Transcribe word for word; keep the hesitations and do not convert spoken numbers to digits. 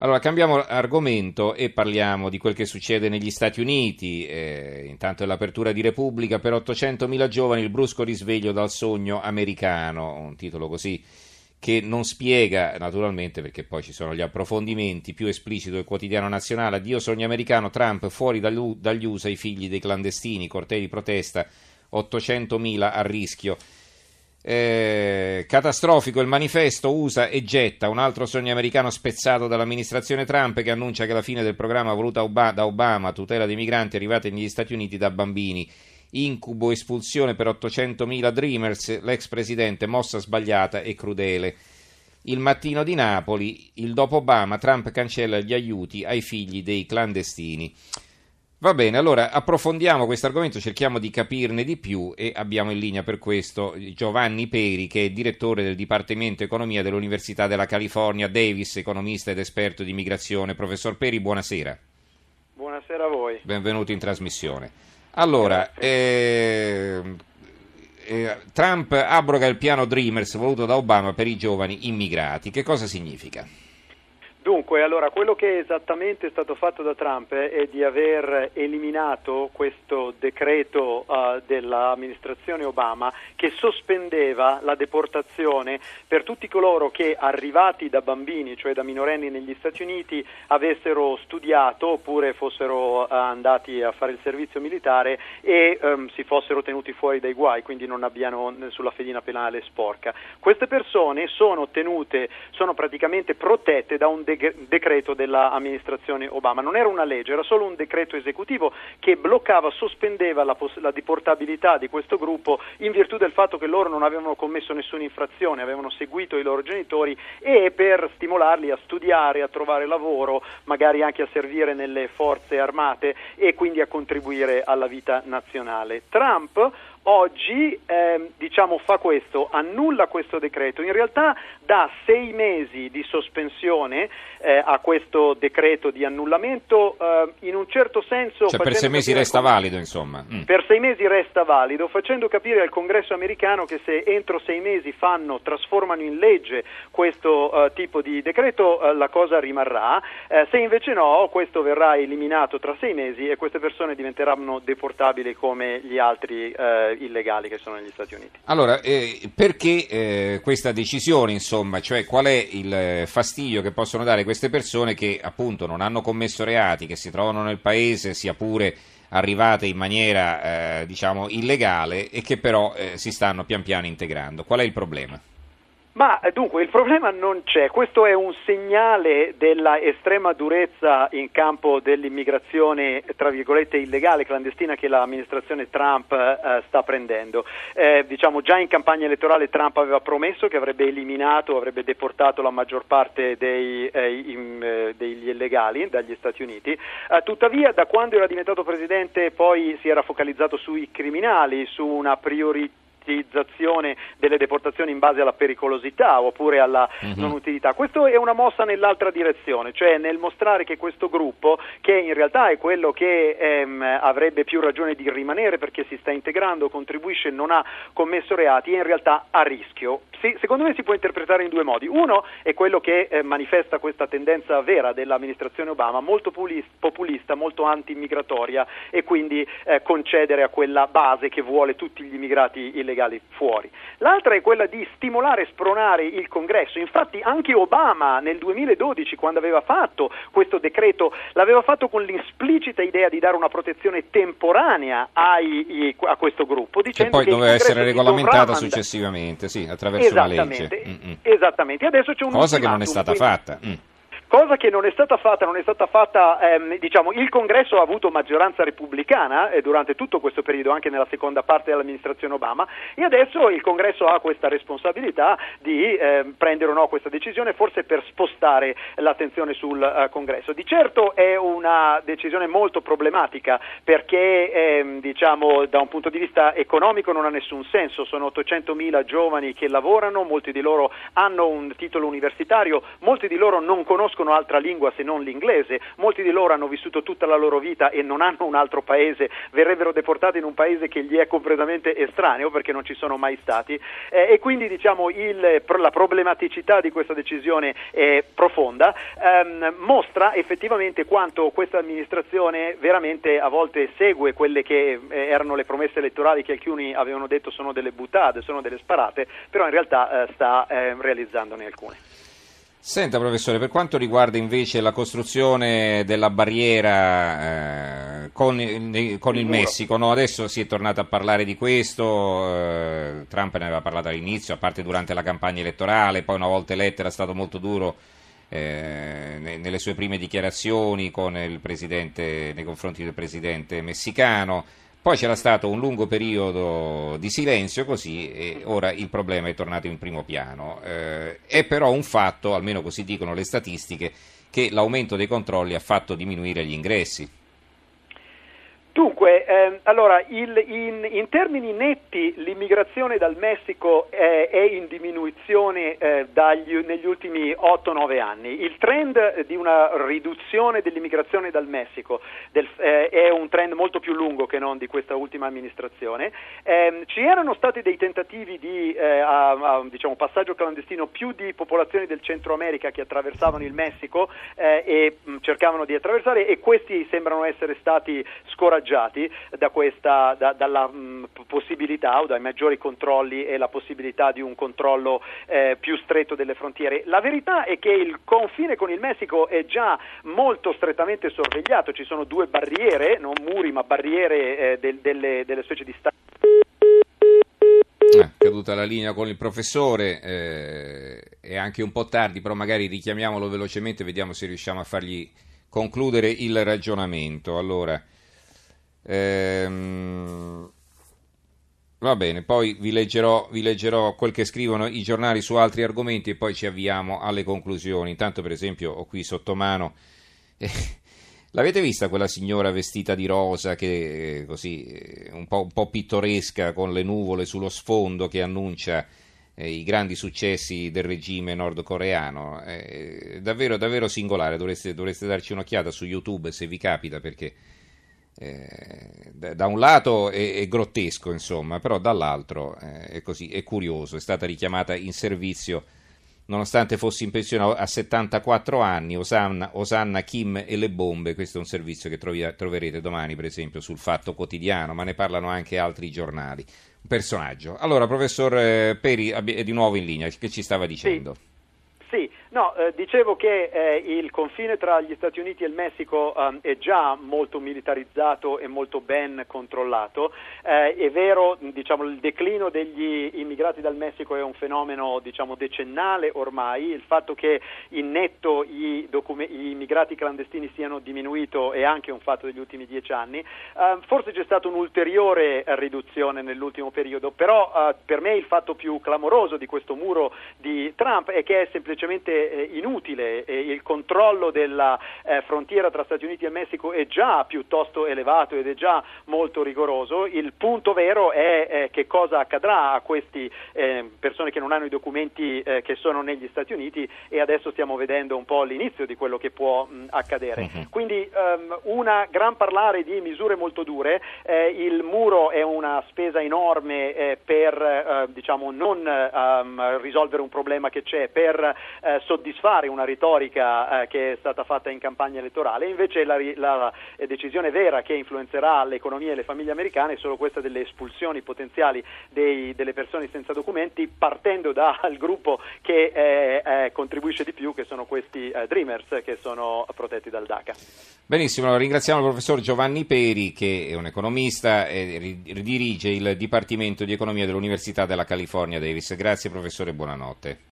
Allora, cambiamo argomento e parliamo di quel che succede negli Stati Uniti. Eh, intanto è l'apertura di Repubblica per ottocentomila giovani, il brusco risveglio dal sogno americano, un titolo così che non spiega, naturalmente, perché poi ci sono gli approfondimenti più espliciti del quotidiano nazionale. Addio sogno americano, Trump fuori dagli U S A, i figli dei clandestini, cortei di protesta, ottocentomila a rischio. Eh, catastrofico il manifesto U S A e getta, un altro sogno americano spezzato dall'amministrazione Trump, che annuncia che la fine del programma voluto da Obama, tutela dei migranti arrivati negli Stati Uniti da bambini. Incubo, espulsione per ottocentomila Dreamers, l'ex presidente, mossa sbagliata e crudele. Il Mattino di Napoli, il dopo Obama, Trump cancella gli aiuti ai figli dei clandestini. Va bene, allora approfondiamo questo argomento, cerchiamo di capirne di più e abbiamo in linea per questo Giovanni Peri, che è direttore del Dipartimento Economia dell'Università della California Davis, economista ed esperto di immigrazione. Professor Peri, buonasera. Buonasera a voi. Benvenuto in trasmissione. Allora, eh, eh, Trump abroga il piano Dreamers voluto da Obama per i giovani immigrati. Che cosa significa? Dunque, allora, quello che esattamente è stato fatto da Trump è di aver eliminato questo decreto uh, dell'amministrazione Obama che sospendeva la deportazione per tutti coloro che arrivati da bambini, cioè da minorenni negli Stati Uniti, avessero studiato oppure fossero uh, andati a fare il servizio militare e um, si fossero tenuti fuori dai guai, quindi non abbiano sulla fedina penale sporca. Queste persone sono tenute, sono praticamente protette da un decreto dell'amministrazione Obama. Non era una legge, era solo un decreto esecutivo che bloccava, sospendeva la, poss- la deportabilità di questo gruppo in virtù del fatto che loro non avevano commesso nessuna infrazione, avevano seguito i loro genitori, e per stimolarli a studiare, a trovare lavoro, magari anche a servire nelle forze armate e quindi a contribuire alla vita nazionale. Trump oggi eh, diciamo fa questo, annulla questo decreto, in realtà dà sei mesi di sospensione eh, a questo decreto di annullamento, eh, in un certo senso, cioè per sei mesi resta con... valido, insomma. Mm. Per sei mesi resta valido, facendo capire al Congresso americano che se entro sei mesi fanno, trasformano in legge questo uh, tipo di decreto, uh, la cosa rimarrà, uh, se invece no, questo verrà eliminato tra sei mesi e queste persone diventeranno deportabili come gli altri uh, illegali che sono negli Stati Uniti. Allora, eh, perché eh, questa decisione, insomma, cioè qual è il fastidio che possono dare queste persone che appunto non hanno commesso reati, che si trovano nel paese sia pure arrivate in maniera eh, diciamo illegale e che però eh, si stanno pian piano integrando? Qual è il problema? Ma dunque il problema non c'è, questo è un segnale della estrema durezza in campo dell'immigrazione tra virgolette illegale, clandestina, che l'amministrazione Trump eh, sta prendendo. Eh, diciamo già in campagna elettorale Trump aveva promesso che avrebbe eliminato, avrebbe deportato la maggior parte dei, eh, in, eh, degli illegali dagli Stati Uniti, eh, tuttavia da quando era diventato presidente poi si era focalizzato sui criminali, su una priorità delle deportazioni in base alla pericolosità oppure alla mm-hmm. non utilità. Questo è una mossa nell'altra direzione, cioè nel mostrare che questo gruppo, che in realtà è quello che ehm, avrebbe più ragione di rimanere perché si sta integrando, contribuisce, non ha commesso reati, è in realtà a rischio. Sì, secondo me si può interpretare in due modi. Uno è quello che eh, manifesta questa tendenza vera dell'amministrazione Obama, molto populista, molto anti-immigratoria, e quindi eh, concedere a quella base che vuole tutti gli immigrati illegali fuori. L'altra è quella di stimolare e spronare il Congresso. Infatti anche Obama nel duemiladodici, quando aveva fatto questo decreto, l'aveva fatto con l'esplicita idea di dare una protezione temporanea ai, a questo gruppo, dicendo che poi che doveva essere regolamentata manda... successivamente, sì, attraverso una legge. Mm-mm. Esattamente. Adesso c'è un cosa che non è stata quindi... fatta. Mm. Cosa che non è stata fatta, non è stata fatta, ehm, diciamo, il Congresso ha avuto maggioranza repubblicana eh, durante tutto questo periodo, anche nella seconda parte dell'amministrazione Obama, e adesso il Congresso ha questa responsabilità di eh, prendere o no questa decisione, forse per spostare l'attenzione sul uh, Congresso. Di certo è una decisione molto problematica perché, ehm, diciamo, da un punto di vista economico non ha nessun senso. Sono ottocentomila giovani che lavorano, molti di loro hanno un titolo universitario, molti di loro non conoscono conoscono altra lingua se non l'inglese, molti di loro hanno vissuto tutta la loro vita e non hanno un altro paese, verrebbero deportati in un paese che gli è completamente estraneo perché non ci sono mai stati, eh, e quindi diciamo il, la problematicità di questa decisione è profonda, ehm, mostra effettivamente quanto questa amministrazione veramente a volte segue quelle che eh, erano le promesse elettorali che alcuni avevano detto sono delle buttate, sono delle sparate, però in realtà eh, sta eh, realizzandone alcune. Senta professore, per quanto riguarda invece la costruzione della barriera eh, con, il, con il Messico, no? Adesso si è tornato a parlare di questo, eh, Trump ne aveva parlato all'inizio, a parte durante la campagna elettorale, poi una volta eletto era stato molto duro eh, nelle sue prime dichiarazioni con il presidente, nei confronti del presidente messicano. Poi c'era stato un lungo periodo di silenzio così e ora il problema è tornato in primo piano. Eh, è però un fatto, almeno così dicono le statistiche, che l'aumento dei controlli ha fatto diminuire gli ingressi. Dunque, ehm, allora, il, in, in termini netti l'immigrazione dal Messico eh, è in diminuzione eh, dagli, negli ultimi otto nove anni. Il trend di una riduzione dell'immigrazione dal Messico del, eh, è un trend molto più lungo che non di questa ultima amministrazione. Eh, ci erano stati dei tentativi di eh, a, a, diciamo, passaggio clandestino più di popolazioni del Centro America che attraversavano il Messico eh, e mh, cercavano di attraversare, e questi sembrano essere stati scoraggiati da questa, da, dalla mh, possibilità o dai maggiori controlli e la possibilità di un controllo eh, più stretto delle frontiere. La verità è che il confine con il Messico è già molto strettamente sorvegliato, ci sono due barriere, non muri ma barriere eh, del, delle, delle specie di stati. È caduta la linea con il professore, eh, è anche un po' tardi, però magari richiamiamolo velocemente, vediamo se riusciamo a fargli concludere il ragionamento. Allora, Ehm, va bene, poi vi leggerò, vi leggerò quel che scrivono i giornali su altri argomenti e poi ci avviamo alle conclusioni. Intanto, per esempio, ho qui sotto mano eh, l'avete vista quella signora vestita di rosa che eh, così eh, un po', un po' pittoresca con le nuvole sullo sfondo, che annuncia eh, i grandi successi del regime nordcoreano? Eh, davvero, davvero singolare, dovreste, dovreste darci un'occhiata su YouTube se vi capita, perché Eh, da un lato è, è grottesco, insomma, però dall'altro eh, è così, è curioso. È stata richiamata in servizio nonostante fosse in pensione a settantaquattro anni. Osanna, Osanna Kim e le bombe, questo è un servizio che trovi, troverete domani per esempio sul Fatto Quotidiano, ma ne parlano anche altri giornali. Un personaggio. Allora, professor Peri è di nuovo in linea, che ci stava dicendo? Sì. Sì, no, eh, dicevo che eh, il confine tra gli Stati Uniti e il Messico eh, è già molto militarizzato e molto ben controllato. Eh, è vero, diciamo, il declino degli immigrati dal Messico è un fenomeno, diciamo, decennale ormai. Il fatto che in netto i docume- gli immigrati clandestini siano diminuito è anche un fatto degli ultimi dieci anni. Eh, forse c'è stata un'ulteriore riduzione nell'ultimo periodo, però eh, per me il fatto più clamoroso di questo muro di Trump è che è semplicemente Eh, inutile. Eh, il controllo della eh, frontiera tra Stati Uniti e Messico è già piuttosto elevato ed è già molto rigoroso. Il punto vero è eh, che cosa accadrà a queste eh, persone che non hanno i documenti eh, che sono negli Stati Uniti, e adesso stiamo vedendo un po' l'inizio di quello che può mh, accadere. Uh-huh. Quindi um, una gran parlare di misure molto dure. Eh, il muro è una spesa enorme eh, per eh, diciamo non um, risolvere un problema che c'è, per Eh, soddisfare una retorica eh, che è stata fatta in campagna elettorale. Invece la, la eh, decisione vera che influenzerà l'economia e le famiglie americane è solo questa delle espulsioni potenziali dei, delle persone senza documenti, partendo dal gruppo che eh, eh, contribuisce di più, che sono questi eh, Dreamers che sono protetti dal DACA. Benissimo, ringraziamo il professor Giovanni Peri, che è un economista e dirige il Dipartimento di Economia dell'Università della California Davis. Grazie professore, buonanotte.